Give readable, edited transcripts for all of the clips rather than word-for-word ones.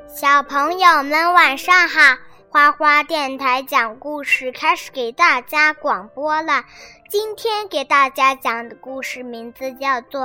小朋友们晚上好，花花电台讲故事开始给大家广播了。今天给大家讲的故事名字叫做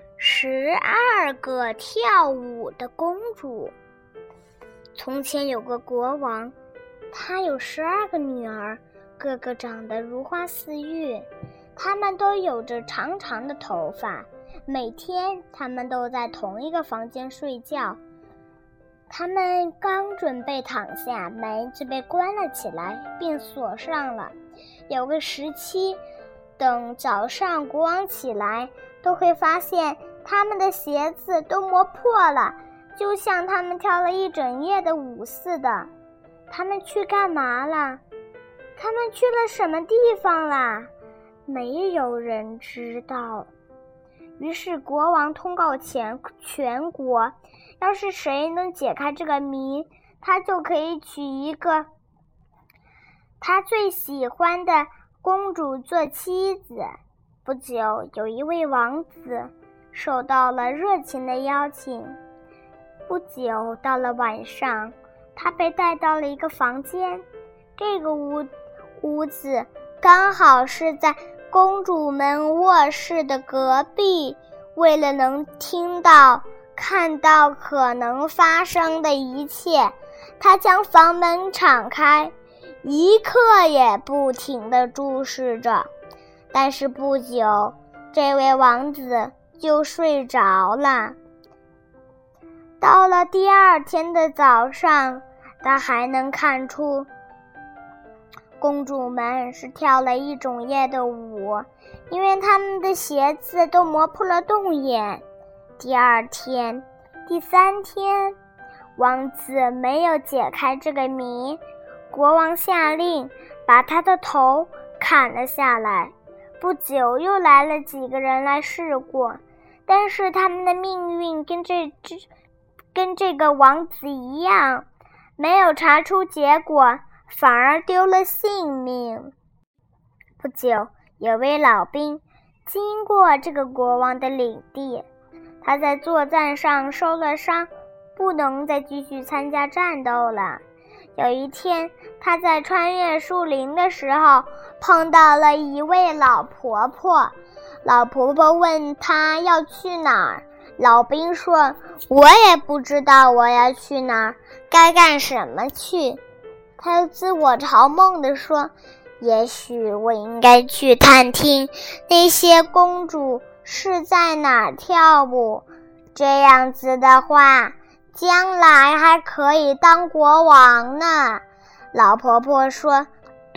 《12个跳舞的公主》。从前有个国王，他有12个女儿，个个长得如花似玉，她们都有着长长的头发，每天她们都在同一个房间睡觉。他们刚准备躺下，门就被关了起来，并锁上了。有个时期，等早上国王起来，都会发现他们的鞋子都磨破了，就像他们跳了一整夜的舞似的。他们去干嘛了？他们去了什么地方啦？没有人知道。于是国王通告全国，要是谁能解开这个谜，他就可以娶一个他最喜欢的公主做妻子。不久，有一位王子受到了热情的邀请。不久，到了晚上，他被带到了一个房间。这个屋子刚好是在公主们卧室的隔壁。为了能看到可能发生的一切，他将房门敞开，一刻也不停地注视着。但是不久，这位王子就睡着了。到了第二天的早上，他还能看出公主们是跳了一整夜的舞，因为她们的鞋子都磨破了洞眼。第二天、第三天，王子没有解开这个谜，国王下令把他的头砍了下来。不久，又来了几个人来试过，但是他们的命运跟这个王子一样，没有查出结果，反而丢了性命。不久，有位老兵经过这个国王的领地，他在作战上受了伤，不能再继续参加战斗了。有一天，他在穿越树林的时候，碰到了一位老婆婆。老婆婆问他要去哪儿，老兵说：“我也不知道我要去哪儿，该干什么去。”他又自我嘲梦地说：“也许我应该去探听那些公主是在哪儿跳舞，这样子的话，将来还可以当国王呢。”老婆婆说：“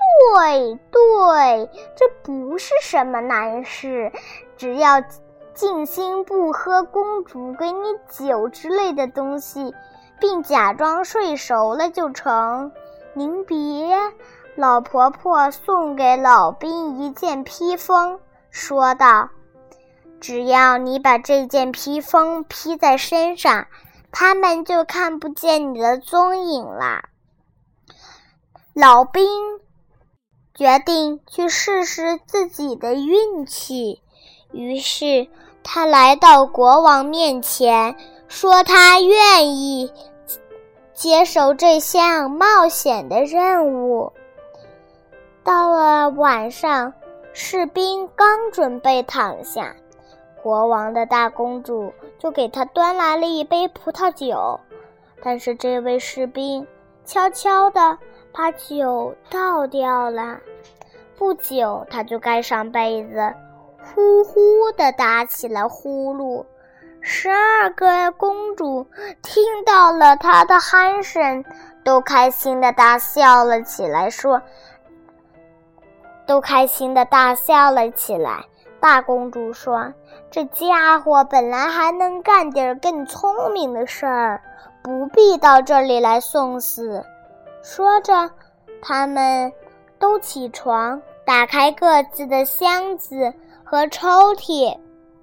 对，这不是什么难事，只要静心不喝公主给你酒之类的东西，并假装睡熟了就成。您别。”老婆婆送给老兵一件披风，说道：“只要你把这件披风披在身上，他们就看不见你的踪影了。”老兵决定去试试自己的运气，于是他来到国王面前，说他愿意接受这项冒险的任务。到了晚上，士兵刚准备躺下，国王的大公主就给他端来了一杯葡萄酒，但是这位士兵悄悄地把酒倒掉了。不久，他就盖上被子，呼呼地打起了呼噜。12个公主听到了他的鼾声，都开心地大笑了起来。大公主说：“这家伙本来还能干点更聪明的事儿，不必到这里来送死。”说着，他们都起床，打开各自的箱子和抽屉。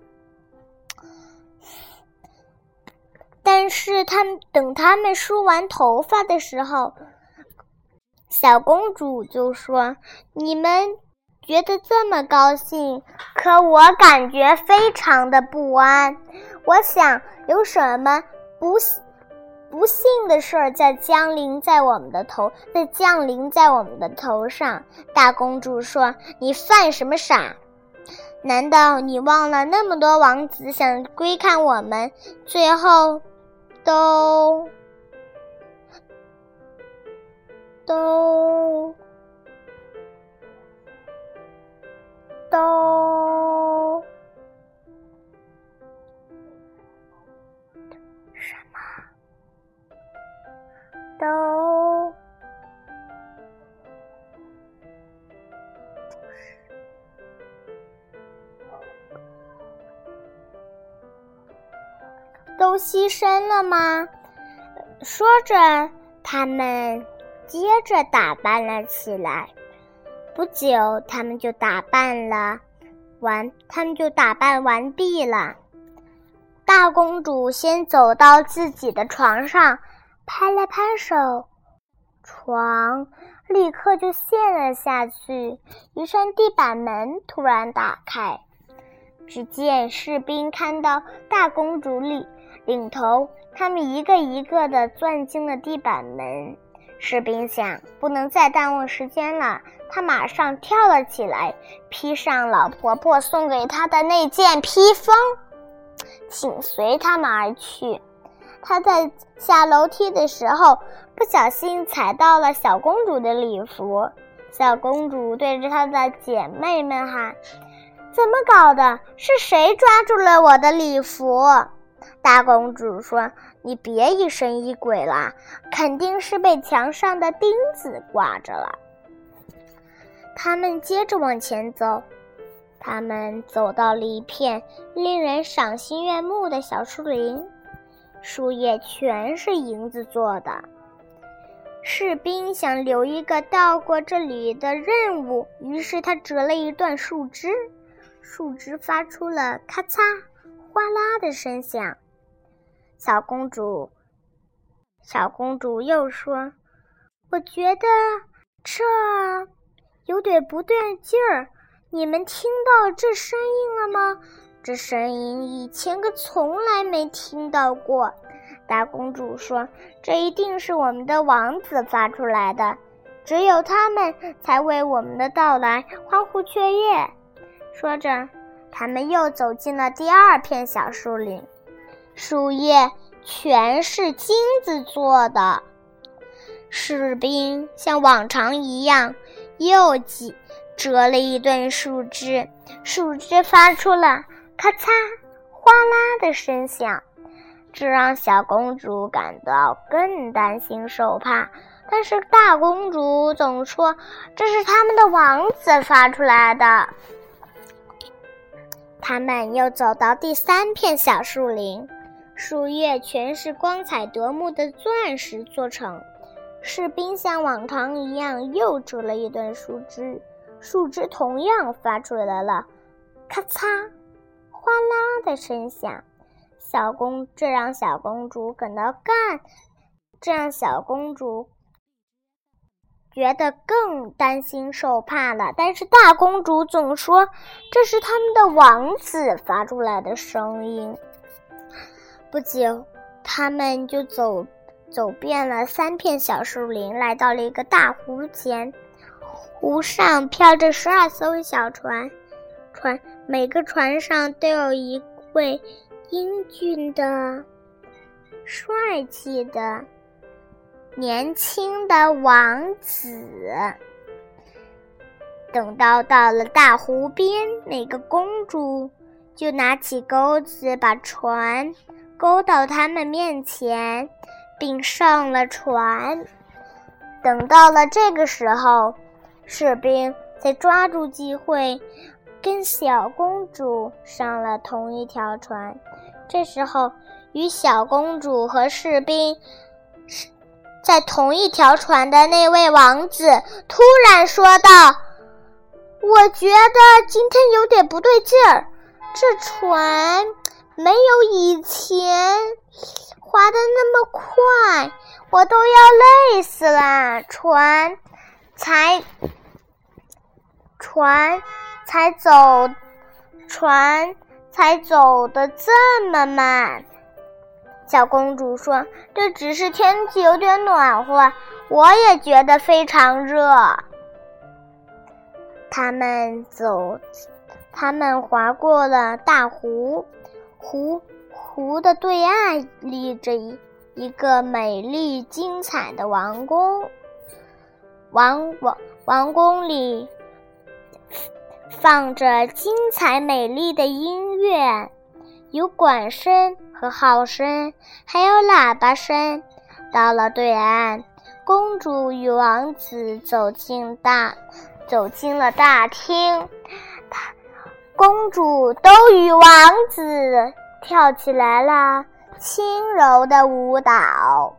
但是等他们梳完头发的时候，小公主就说：“你们觉得这么高兴，可我感觉非常的不安。我想有什么不幸的事儿在降临在我们的头上。大公主说：“你犯什么傻？难道你忘了那么多王子想归看我们，最后都什么？都牺牲了吗？”说着，他们接着打扮了起来。不久，他们就打扮完毕了。大公主先走到自己的床上，拍了拍手，床立刻就陷了下去。一扇地板门突然打开，只见士兵看到大公主领头，他们一个一个地钻进了地板门。士兵想，不能再耽误时间了，他马上跳了起来，披上老婆婆送给他的那件披风，紧随他们而去。他在下楼梯的时候，不小心踩到了小公主的礼服。小公主对着她的姐妹们喊：“怎么搞的？是谁抓住了我的礼服？”大公主说：“你别疑神疑鬼了，肯定是被墙上的钉子挂着了。”他们接着往前走，他们走到了一片令人赏心悦目的小树林，树叶全是银子做的。士兵想留一个到过这里的任务，于是他折了一段树枝，树枝发出了咔嚓哗啦的声响。小公主又说：“我觉得这有点不对劲儿，你们听到这声音了吗？这声音以前可从来没听到过。”大公主说：“这一定是我们的王子发出来的，只有他们才为我们的到来欢呼雀跃。”说着，他们又走进了第二片小树林，树叶全是金子做的。士兵像往常一样又折了一段树枝，树枝发出了咔嚓哗啦的声响，这让小公主感到更担心受怕。但是大公主总说这是他们的王子发出来的。他们又走到第三片小树林，树叶全是光彩夺目的钻石做成。士兵像往常一样又折了一段树枝，树枝同样发出来了咔嚓哗啦的声响。这让小公主觉得更担心受怕了。但是大公主总说这是他们的王子发出来的声音。不久，他们就走遍了3片小树林，来到了一个大湖前。湖上飘着12艘小船，每个船上都有一位英俊的、帅气的、年轻的王子。等到了大湖边，那个公主就拿起钩子，把船勾到他们面前，并上了船。等到了这个时候，士兵才抓住机会跟小公主上了同一条船。这时候，与小公主和士兵在同一条船的那位王子突然说道：“我觉得今天有点不对劲儿，这船没有以前划得那么快，我都要累死了。船才走得这么慢。” 小公主说：“这只是天气有点暖和，我也觉得非常热。”他们划过了大湖，湖的对岸立着一个美丽精彩的王宫。王宫里放着精彩美丽的音乐，有管声和号声，还有喇叭声。到了对岸，公主与王子走进了大厅，公主都与王子跳起来了轻柔的舞蹈。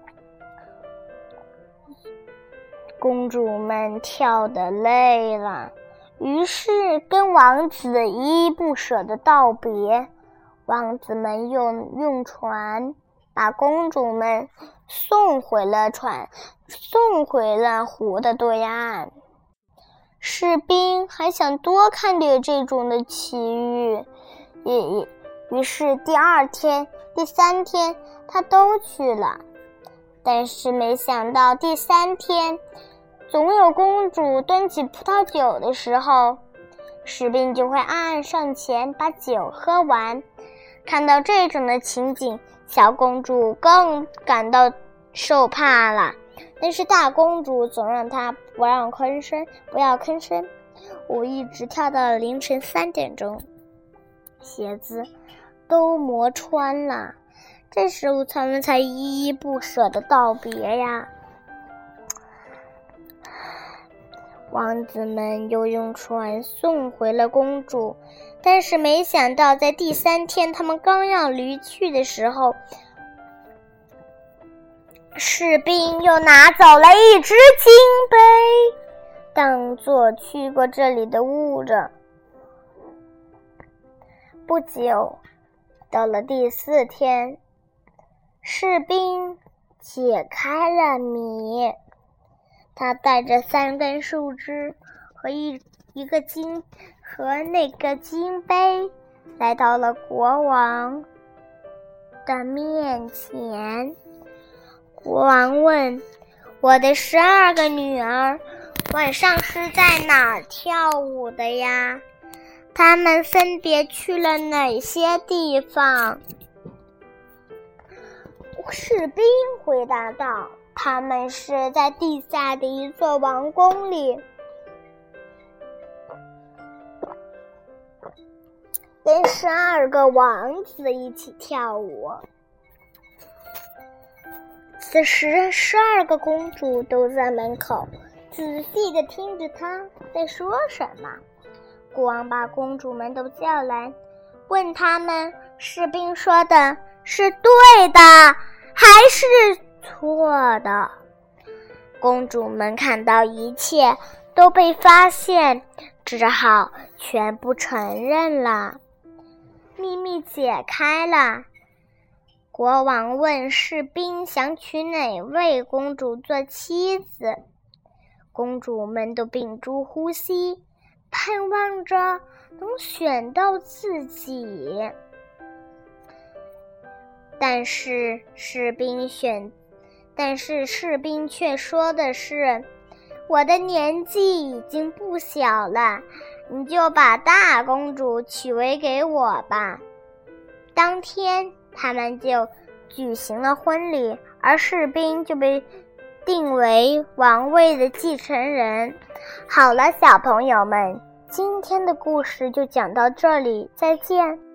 公主们跳得累了，于是跟王子依依不舍地道别。王子们用船把公主们送回了湖的对岸。士兵还想多看点这种的奇遇，于是第二天、第三天他都去了。但是没想到第三天，总有公主端起葡萄酒的时候，士兵就会暗暗上前把酒喝完。看到这种的情景，小公主更感到受怕了。但是大公主总让她不要吭声，我一直跳到了凌晨3点钟，鞋子都磨穿了。这时候他们才依依不舍地道别呀。王子们又用船送回了公主，但是没想到在第3天他们刚要离去的时候，士兵又拿走了一只金杯，当作去过这里的物证。不久，到了第4天，士兵解开了谜。他带着3根树枝和那个金杯，来到了国王的面前。国王问：“我的12个女儿晚上是在哪儿跳舞的呀？她们分别去了哪些地方？”士兵回答道：“他们是在地下的一座王宫里，跟12个王子一起跳舞。”此时12个公主都在门口，仔细地听着他在说什么。国王把公主们都叫来，问他们士兵说的是对的还是错的。公主们看到一切都被发现，只好全部承认了。秘密解开了。国王问士兵想娶哪位公主做妻子，公主们都屏住呼吸，盼望着能选到自己。但是士兵却说的是：“我的年纪已经不小了，你就把大公主娶为给我吧。”当天他们就举行了婚礼，而士兵就被定为王位的继承人。好了，小朋友们，今天的故事就讲到这里，再见。